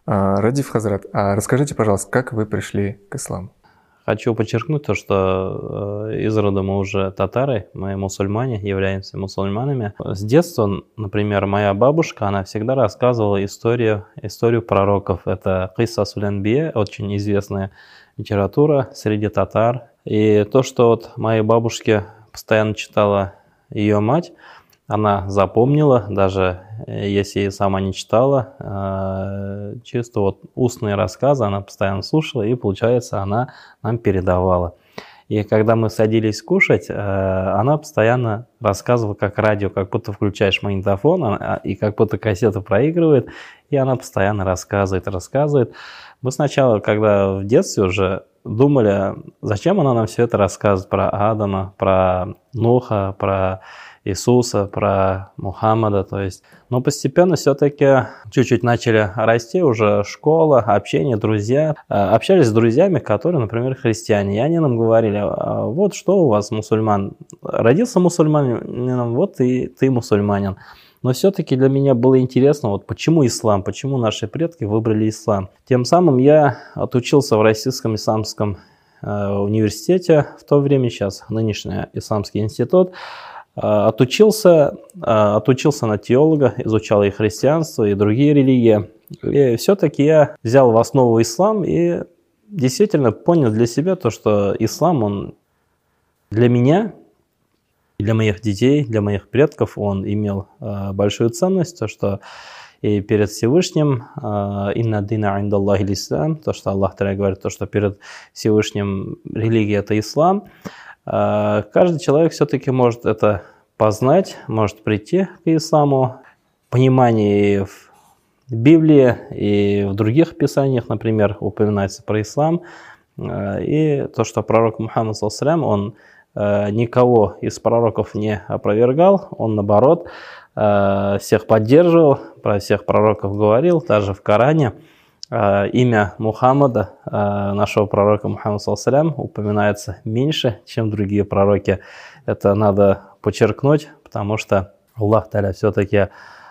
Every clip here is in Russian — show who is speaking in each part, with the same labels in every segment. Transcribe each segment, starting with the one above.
Speaker 1: Радиф Хазрат, расскажите, пожалуйста, как вы пришли к исламу?
Speaker 2: Хочу подчеркнуть то, что из рода мы уже татары, мы мусульмане, являемся мусульманами. С детства, например, моя бабушка, она всегда рассказывала историю пророков. Это Киссасуль Анбия, очень известная литература среди татар. И то, что вот моей бабушке постоянно читала ее мать, она запомнила, даже если и сама не читала, чисто вот устные рассказы она постоянно слушала, и, получается, она нам передавала. И когда мы садились кушать, она постоянно рассказывала как радио, как будто включаешь магнитофон, и как будто кассету проигрывает, и она постоянно рассказывает. Мы сначала, когда в детстве уже думали, зачем она нам все это рассказывает про Адама, про Нуха, про Иисуса, про Мухаммада, то есть. Но постепенно все-таки чуть-чуть начали расти, уже школа, общение, друзья. Общались с друзьями, которые, например, христиане. И они нам говорили, вот что у вас мусульман, родился мусульманином, вот и ты мусульманин. Но все-таки для меня было интересно, вот почему ислам, почему наши предки выбрали ислам. Тем самым я отучился в Российском исламском университете в то время, сейчас нынешний Исламский институт. Отучился на теолога, изучал и христианство, и другие религии. И все-таки я взял в основу ислам и действительно понял для себя то, что ислам, он для меня, для моих детей, для моих предков, он имел большую ценность, то, что и перед Всевышним, «Инна дина индаллахи ислам», то, что Аллах Та'аля говорит, то, что перед Всевышним религия – это ислам. Каждый человек все-таки может это познать, может прийти к исламу. Понимание и в Библии, и в других писаниях, например, упоминается про ислам. И то, что пророк Мухаммад, он никого из пророков не опровергал, он наоборот всех поддерживал, про всех пророков говорил, даже в Коране. Имя Мухаммада, нашего пророка Мухаммада, упоминается меньше, чем другие пророки. Это надо подчеркнуть, потому что Аллах Та'аля все-таки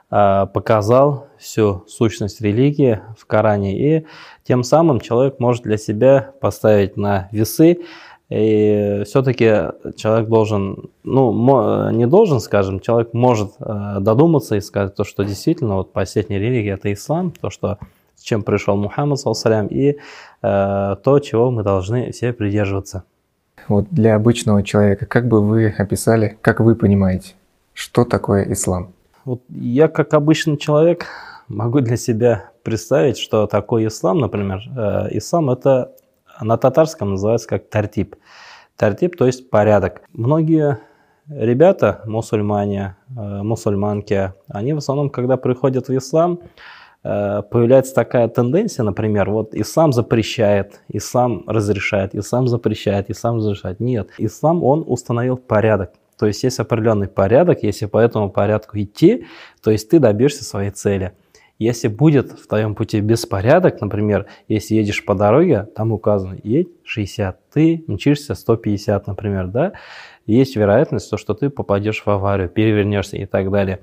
Speaker 2: показал всю сущность религии в Коране, и тем самым человек может для себя поставить на весы. И все-таки человек должен, не должен, скажем, человек может додуматься и сказать то, что действительно вот последняя религия – это ислам, то, что с чем пришел Мухаммад, и то, чего мы должны все придерживаться.
Speaker 1: Вот для обычного человека, как бы вы описали, как вы понимаете, что такое ислам?
Speaker 2: Вот я, как обычный человек, могу для себя представить, что такое ислам, например. Ислам – это на татарском называется как тартиб. Тартиб, то есть порядок. Многие ребята, мусульмане, мусульманки, они в основном, когда приходят в ислам, появляется такая тенденция, например, вот ислам запрещает, ислам разрешает, ислам запрещает, ислам разрешает. Нет, ислам, он установил порядок. То есть есть определенный порядок, если по этому порядку идти, то есть ты добьешься своей цели. Если будет в твоем пути беспорядок, например, если едешь по дороге, там указано, едь 60, ты мчишься 150, например, да, есть вероятность, что ты попадешь в аварию, перевернешься и так далее.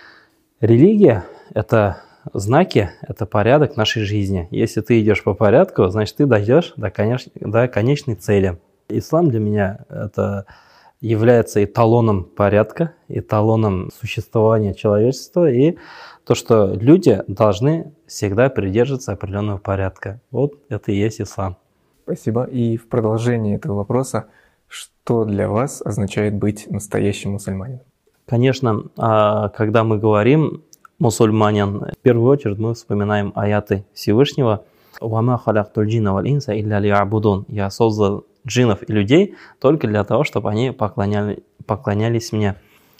Speaker 2: Религия – это знаки – это порядок нашей жизни. Если ты идешь по порядку, значит, ты дойдешь до конечной цели. Ислам для меня это является эталоном порядка, эталоном существования человечества, и то, что люди должны всегда придерживаться определенного порядка. Вот это и есть ислам.
Speaker 1: Спасибо. И в продолжении этого вопроса, что для вас означает быть настоящим мусульманином?
Speaker 2: Конечно, когда мы говорим мусульманин, в первую очередь мы вспоминаем аяты Всевышнего. «Вама халактуль джинна валь инса илля ли'абудун». Я создал джиннов и людей только для того, чтобы они поклонялись мне.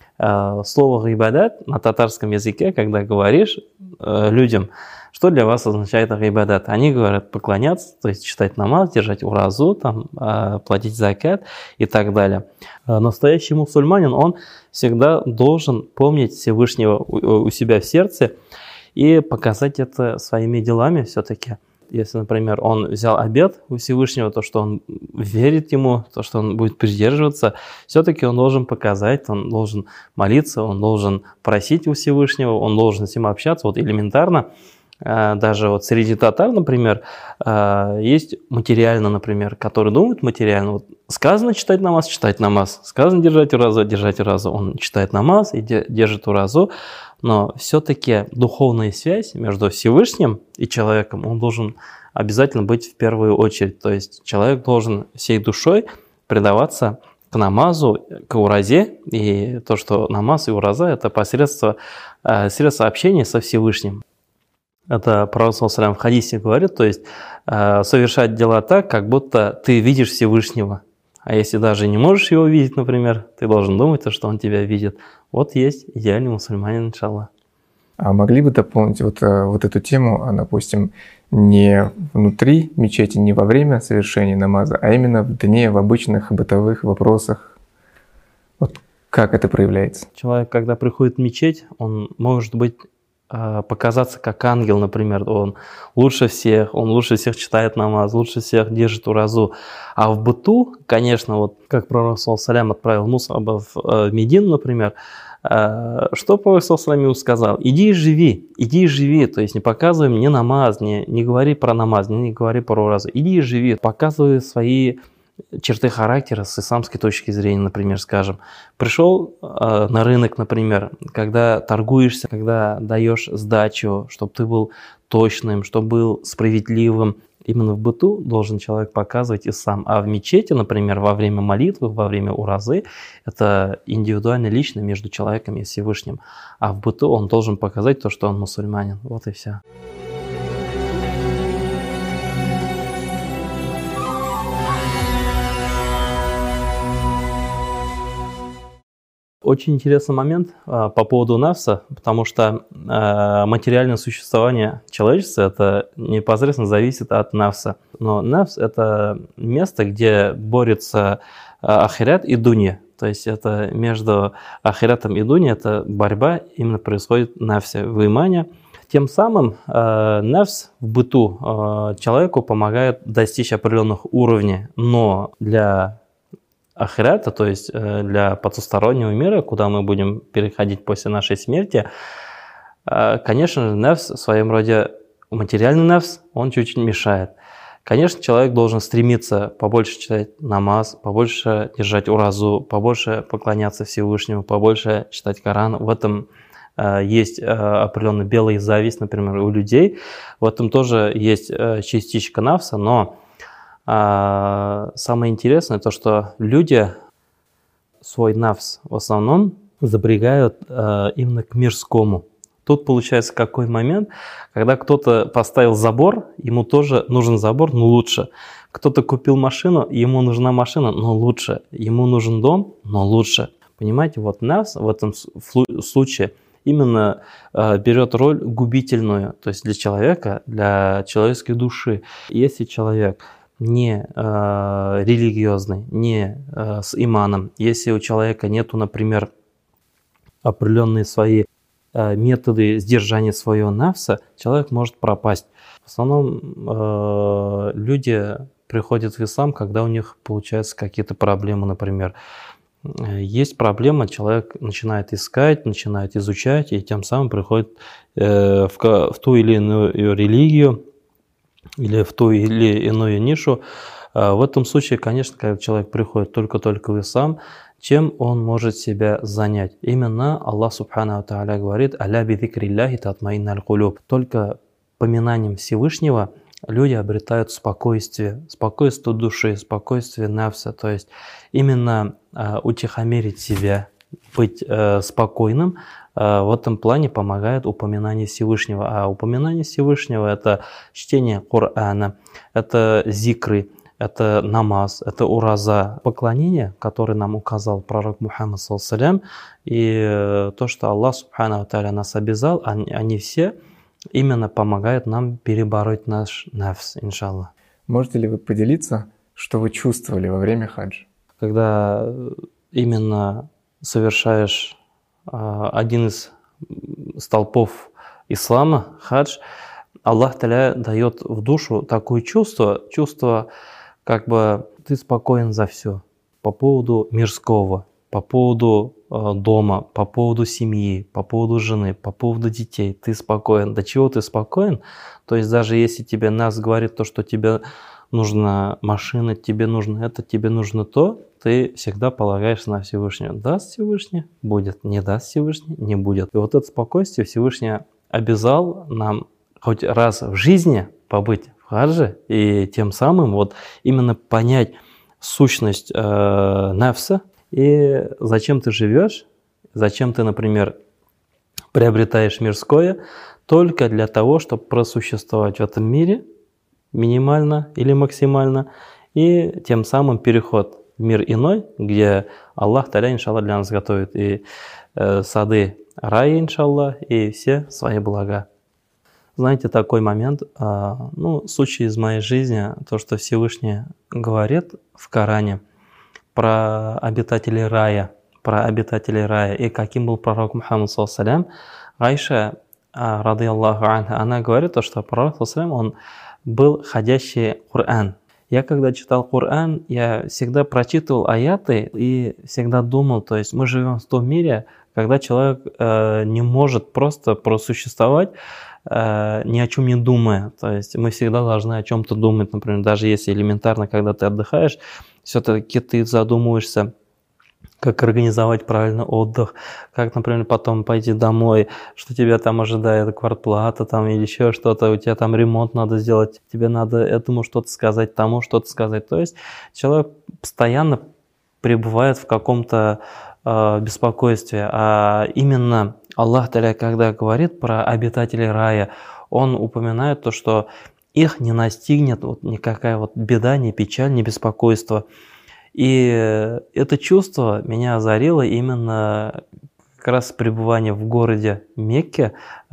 Speaker 2: Слово «гибадат» на татарском языке, когда говоришь людям, что для вас означает гибадат, они говорят поклоняться, то есть читать намаз, держать уразу, платить закат и так далее. Настоящий мусульманин, он всегда должен помнить Всевышнего у себя в сердце и показать это своими делами все-таки. Если, например, он взял обет у Всевышнего, то, что он верит ему, то, что он будет придерживаться, все-таки он должен показать, он должен молиться, он должен просить у Всевышнего, он должен с ним общаться. Вот элементарно даже вот среди татар, например, есть материально, например, которые думают материально. Вот сказано читать намаз, сказано держать уразу, он читает намаз и держит уразу, но все-таки духовная связь между Всевышним и человеком, он должен обязательно быть в первую очередь. То есть человек должен всей душой предаваться к намазу, к уразе, и то, что намаз и ураза – это средство общения со Всевышним. Это пророк в хадисе говорит, то есть совершать дела так, как будто ты видишь Всевышнего. А если даже не можешь его видеть, например, ты должен думать, что он тебя видит. Вот есть идеальный мусульманин, иншаллах.
Speaker 1: А могли бы дополнить вот эту тему, допустим, не внутри мечети, не во время совершения намаза, а именно в дне, в обычных бытовых вопросах? Вот как это проявляется?
Speaker 2: Человек, когда приходит в мечеть, он может быть показаться как ангел, например, он лучше всех читает намаз, лучше всех держит уразу. А в быту, конечно, вот как пророк саллаллаху отправил Мусаба в Медину, например, что пророк саллаллаху ему сказал? Иди и живи, то есть не показывай мне намаз, не говори про намаз, не говори про уразу, иди и живи, показывай свои черты характера с исламской точки зрения, например, скажем. Пришел на рынок, например, когда торгуешься, когда даешь сдачу, чтобы ты был точным, чтобы был справедливым. Именно в быту должен человек показывать ислам. А в мечети, например, во время молитвы, во время уразы, это индивидуально, лично между человеком и Всевышним. А в быту он должен показать то, что он мусульманин. Вот и все. Очень интересный момент по поводу нафса, потому что материальное существование человечества это непосредственно зависит от нафса. Но нафс – это место, где борется ахират и дунья. То есть это между ахиратом и дуньей это борьба именно происходит в нафсе, в имане. Тем самым нафс в быту человеку помогает достичь определенных уровней, но для ахирата, то есть для потустороннего мира, куда мы будем переходить после нашей смерти, конечно же, нафс в своем роде, материальный нафс, он чуть-чуть мешает. Конечно, человек должен стремиться побольше читать намаз, побольше держать уразу, побольше поклоняться Всевышнему, побольше читать Коран. В этом есть определенная белая зависть, например, у людей. В этом тоже есть частичка нафса, но самое интересное то, что люди свой нафс в основном забрегают именно к мирскому. Тут получается какой момент, когда кто-то поставил забор, ему тоже нужен забор, но лучше. Кто-то купил машину, ему нужна машина, но лучше. Ему нужен дом, но лучше. Понимаете, вот нафс в этом случае именно берет роль губительную, то есть для человека, для человеческой души. Если человек не религиозный, не с иманом, если у человека нету, например, определенные свои методы сдержания своего нафса, человек может пропасть. В основном люди приходят в ислам, когда у них получаются какие-то проблемы, например. Есть проблема, человек начинает искать, начинает изучать, и тем самым приходит в ту или иную религию, или в ту или иную нишу. В этом случае, конечно, когда человек приходит только-только в ислам, чем он может себя занять? Именно Аллах Субхану Тааля говорит: «Аля би зикриллахи татмаинналь кулуб». Только поминанием Всевышнего люди обретают спокойствие души, спокойствие нафса. То есть именно утихомирить себя, быть спокойным, в этом плане помогает упоминание Всевышнего. А упоминание Всевышнего – это чтение Корана, это зикры, это намаз, это ураза, поклонение, которое нам указал пророк Мухаммад саллаллаху, и то, что Аллах Субхану Тааля нас обязал, они все именно помогают нам перебороть наш нафс, иншаллах.
Speaker 1: Можете ли вы поделиться, что вы чувствовали во время хаджа?
Speaker 2: Когда именно совершаешь один из столпов ислама, хадж, Аллах Та'аля дает в душу такое чувство, как бы ты спокоен за все, по поводу мирского, по поводу дома, по поводу семьи, по поводу жены, по поводу детей, ты спокоен. До чего ты спокоен? То есть даже если тебе нас говорит то, что тебе нужна машина, тебе нужно это, тебе нужно то, ты всегда полагаешься на Всевышнего. Даст Всевышний – будет, не даст Всевышний – не будет. И вот это спокойствие Всевышний обязал нам хоть раз в жизни побыть в хадже и тем самым вот именно понять сущность нафса и зачем ты живешь, зачем ты, например, приобретаешь мирское, только для того, чтобы просуществовать в этом мире минимально или максимально, и тем самым переход в мир иной, где Аллах Та'аля, иншаллах, для нас готовит и сады рая, иншаллах, и все свои блага. Знаете, такой момент, случай из моей жизни, то, что Всевышний говорит в Коране про обитателей рая, и каким был пророк Мухаммад, саллаллаху Айша, рады Аллаху анха, она говорит, то, что пророк, он был ходящий Коран. Я когда читал Коран, я всегда прочитывал аяты и всегда думал, то есть мы живем в том мире, когда человек не может просто просуществовать, ни о чем не думая. То есть мы всегда должны о чем-то думать, например, даже если элементарно, когда ты отдыхаешь, все-таки ты задумываешься, как организовать правильно отдых, как, например, потом пойти домой, что тебя там ожидает, квартплата там или еще что-то, у тебя там ремонт надо сделать, тебе надо этому что-то сказать, тому что-то сказать. То есть человек постоянно пребывает в каком-то беспокойстве, а именно Аллах Та'аля, когда говорит про обитателей рая, Он упоминает то, что их не настигнет вот никакая вот беда, ни печаль, ни беспокойство. И это чувство меня озарило именно как раз пребывание в городе Мекке,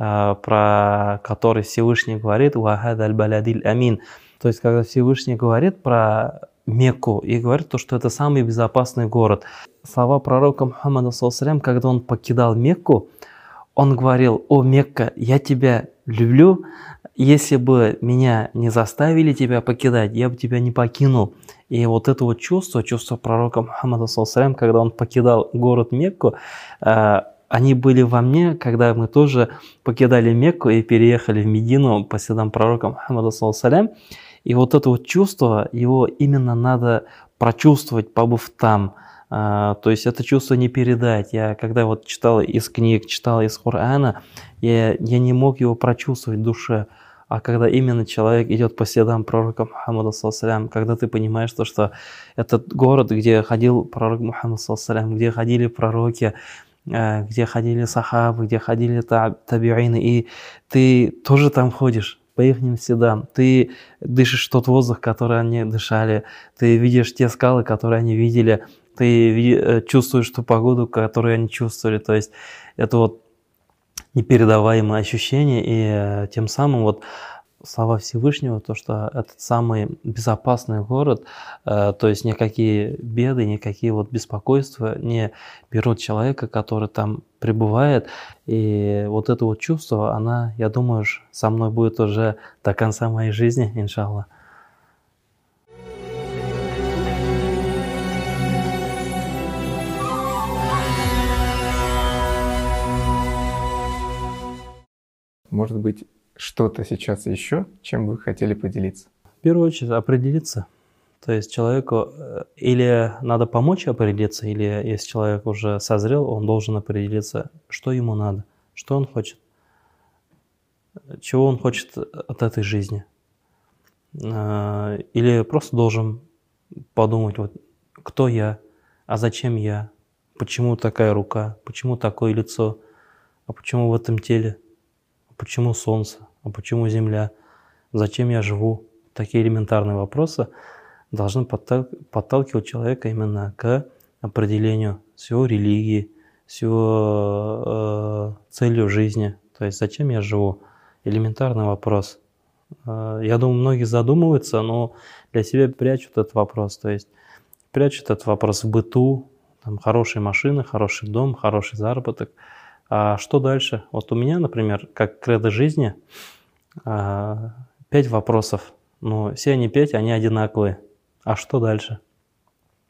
Speaker 2: про который Всевышний говорит «Вахад аль-баладиль амин». То есть, когда Всевышний говорит про Мекку и говорит то, что это самый безопасный город. Слова пророка Мухаммада, саллаллаху, когда он покидал Мекку, он говорил: «О Мекка, я тебя люблю, если бы меня не заставили тебя покидать, я бы тебя не покинул». И вот это вот чувство пророка Мухаммада, саллаллаху, когда он покидал город Мекку, они были во мне, когда мы тоже покидали Мекку и переехали в Медину по следам пророка Мухаммада, саллаллаху. И вот это вот чувство, его именно надо прочувствовать, побыв там. То есть это чувство не передать. Я когда вот читал из книг, читал из Корана, я не мог его прочувствовать в душе. А когда именно человек идет по следам пророка Мухаммада, саллаллаху, когда ты понимаешь то, что этот город, где ходил пророк Мухаммад, саллаллаху, где ходили пророки, где ходили сахабы, где ходили табиины, и ты тоже там ходишь по их следам. Ты дышишь тот воздух, который они дышали, ты видишь те скалы, которые они видели, ты чувствуешь ту погоду, которую они чувствовали. То есть это вот непередаваемое ощущение, и тем самым вот слова Всевышнего, то, что этот самый безопасный город, то есть никакие беды, никакие вот беспокойства не берут человека, который там пребывает. И вот это вот чувство, она, я думаю, со мной будет уже до конца моей жизни, иншаллах.
Speaker 1: Может быть, что-то сейчас еще, чем вы хотели поделиться?
Speaker 2: В первую очередь определиться. То есть человеку или надо помочь определиться, или если человек уже созрел, он должен определиться, что ему надо, что он хочет, чего он хочет от этой жизни. Или просто должен подумать, вот, кто я, а зачем я, почему такая рука, почему такое лицо, а почему в этом теле, а почему солнце, а почему земля, зачем я живу. Такие элементарные вопросы должны подталкивать человека именно к определению с его религии, с его целью жизни. То есть зачем я живу? Элементарный вопрос. Я думаю, многие задумываются, но для себя прячут этот вопрос. То есть прячут этот вопрос в быту, там, хорошие машины, хороший дом, хороший заработок. А что дальше? Вот у меня, например, как кредо жизни, 5 вопросов. Но все они 5, они одинаковые. А что дальше?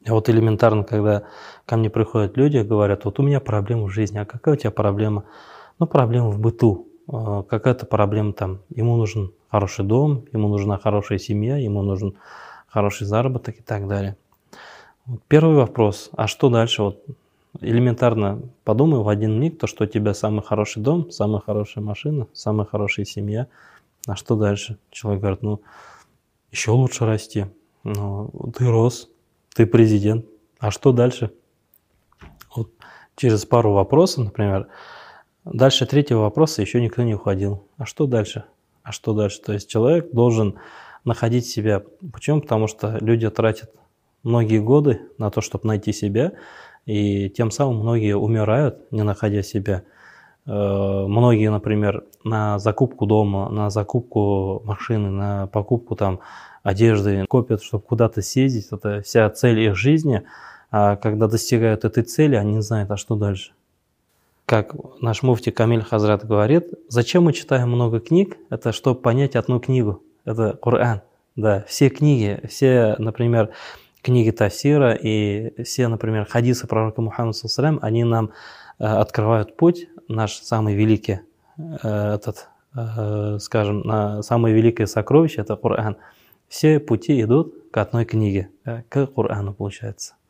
Speaker 2: А вот элементарно, когда ко мне приходят люди, говорят, вот у меня проблема в жизни, а какая у тебя проблема? Ну, проблема в быту. Какая-то проблема там, ему нужен хороший дом, ему нужна хорошая семья, ему нужен хороший заработок и так далее. Вот первый вопрос, а что дальше? Вот элементарно подумай в один миг, то, что у тебя самый хороший дом, самая хорошая машина, самая хорошая семья. А что дальше? Человек говорит, ну, еще лучше расти. Ну, ты рос, ты президент. А что дальше? Вот через пару вопросов, например, дальше третьего вопроса еще никто не уходил. А что дальше? А что дальше? То есть человек должен находить себя. Почему? Потому что люди тратят многие годы на то, чтобы найти себя, и тем самым многие умирают, не находя себя. Многие, например, на закупку дома, на закупку машины, на покупку там одежды копят, чтобы куда-то съездить. Это вся цель их жизни. А когда достигают этой цели, они не знают, а что дальше. Как наш муфти Камиль Хазрат говорит, зачем мы читаем много книг? Это чтобы понять одну книгу. Это Коран. Да, все книги, все, например, книги Тафсира и все, например, хадисы пророка Мухаммада, они нам открывают путь, наш самый великий, скажем, самое великое сокровище – это Коран. Все пути идут к одной книге, к Корану, получается.